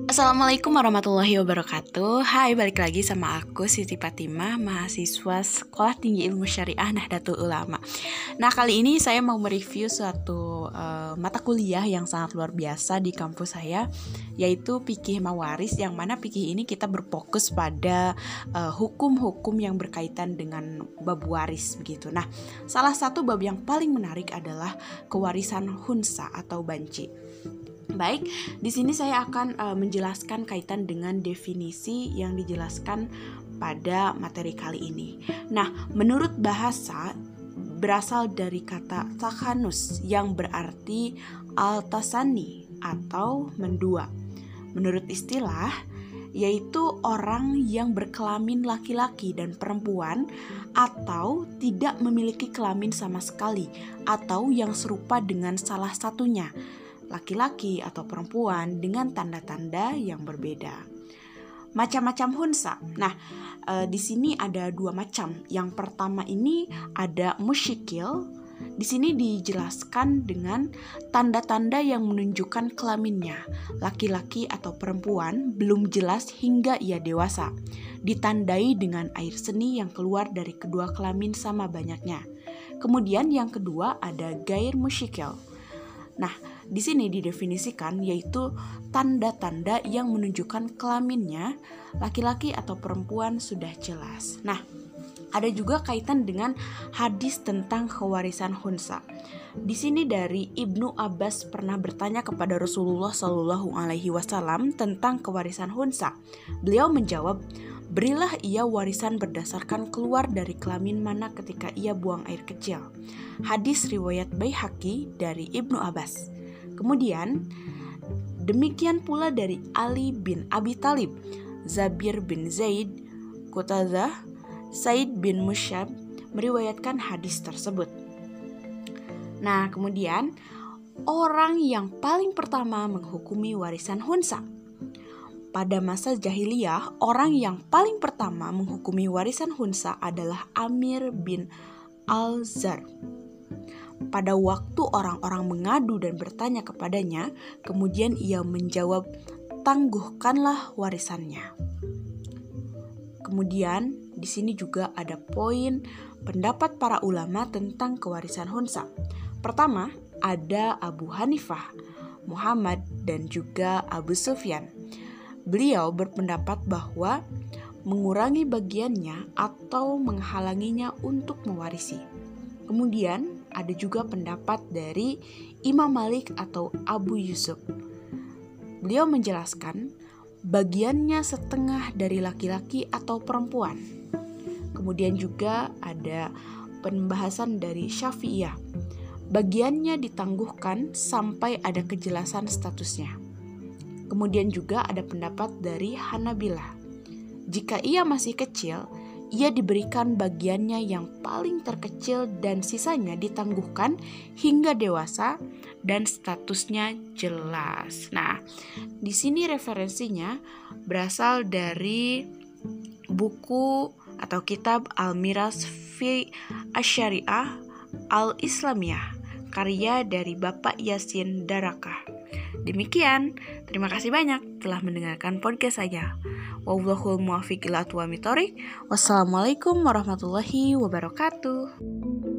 Assalamualaikum warahmatullahi wabarakatuh. Hai, balik lagi sama aku Siti Fatimah, mahasiswa Sekolah Tinggi Ilmu Syariah Nahdlatul Ulama. Nah, kali ini saya mau mereview suatu mata kuliah yang sangat luar biasa di kampus saya, yaitu Fiqih Mawaris, yang mana fikih ini kita berfokus pada hukum-hukum yang berkaitan dengan bab waris begitu. Nah, salah satu bab yang paling menarik adalah kewarisan khunsa atau banci. Baik, di sini saya akan menjelaskan kaitan dengan definisi yang dijelaskan pada materi kali ini. Nah, menurut bahasa berasal dari kata takhanus yang berarti al-tasani atau mendua. Menurut istilah, yaitu orang yang berkelamin laki-laki dan perempuan atau tidak memiliki kelamin sama sekali atau yang serupa dengan salah satunya, laki-laki atau perempuan dengan tanda-tanda yang berbeda. Macam-macam khunsa. Nah, di sini ada dua macam. Yang pertama ini ada musyikil. Di sini dijelaskan dengan tanda-tanda yang menunjukkan kelaminnya, laki-laki atau perempuan, belum jelas hingga ia dewasa. Ditandai dengan air seni yang keluar dari kedua kelamin sama banyaknya. Kemudian yang kedua ada gair musyikil. Nah, di sini didefinisikan yaitu tanda-tanda yang menunjukkan kelaminnya, laki-laki atau perempuan sudah jelas. Nah, ada juga kaitan dengan hadis tentang kewarisan khunsa. Di sini dari Ibnu Abbas pernah bertanya kepada Rasulullah Shallallahu Alaihi Wasallam tentang kewarisan khunsa. Beliau menjawab, berilah ia warisan berdasarkan keluar dari kelamin mana ketika ia buang air kecil. Hadis riwayat Baihaqi dari Ibnu Abbas. Kemudian, demikian pula dari Ali bin Abi Thalib, Zabir bin Zaid, Qutadzah, Said bin Musyab meriwayatkan hadis tersebut. Nah, kemudian orang yang paling pertama menghukumi warisan khunsa. Pada masa jahiliyah, orang yang paling pertama menghukumi warisan khunsa adalah Amir bin Al-Zar. Pada waktu orang-orang mengadu dan bertanya kepadanya, kemudian ia menjawab, tangguhkanlah warisannya. Kemudian di sini juga ada poin pendapat para ulama tentang kewarisan khunsa. Pertama, ada Abu Hanifah, Muhammad, dan juga Abu Sufyan. Beliau berpendapat bahwa mengurangi bagiannya atau menghalanginya untuk mewarisi. Kemudian ada juga pendapat dari Imam Malik atau Abu Yusuf. Beliau menjelaskan bagiannya setengah dari laki-laki atau perempuan. Kemudian juga ada pembahasan dari Syafi'iyah. Bagiannya ditangguhkan sampai ada kejelasan statusnya. Kemudian juga ada pendapat dari Hanabilah. Jika ia masih kecil, ia diberikan bagiannya yang paling terkecil dan sisanya ditangguhkan hingga dewasa dan statusnya jelas. Nah, di sini referensinya berasal dari buku atau kitab Al-Miras fi Asy-Syariah Al-Islamiyah, karya dari Bapak Yasin Darakah. Demikian, terima kasih banyak telah mendengarkan podcast saya. Wallahul muwaffiq ila aqwamit thoriq. Wassalamualaikum warahmatullahi wabarakatuh.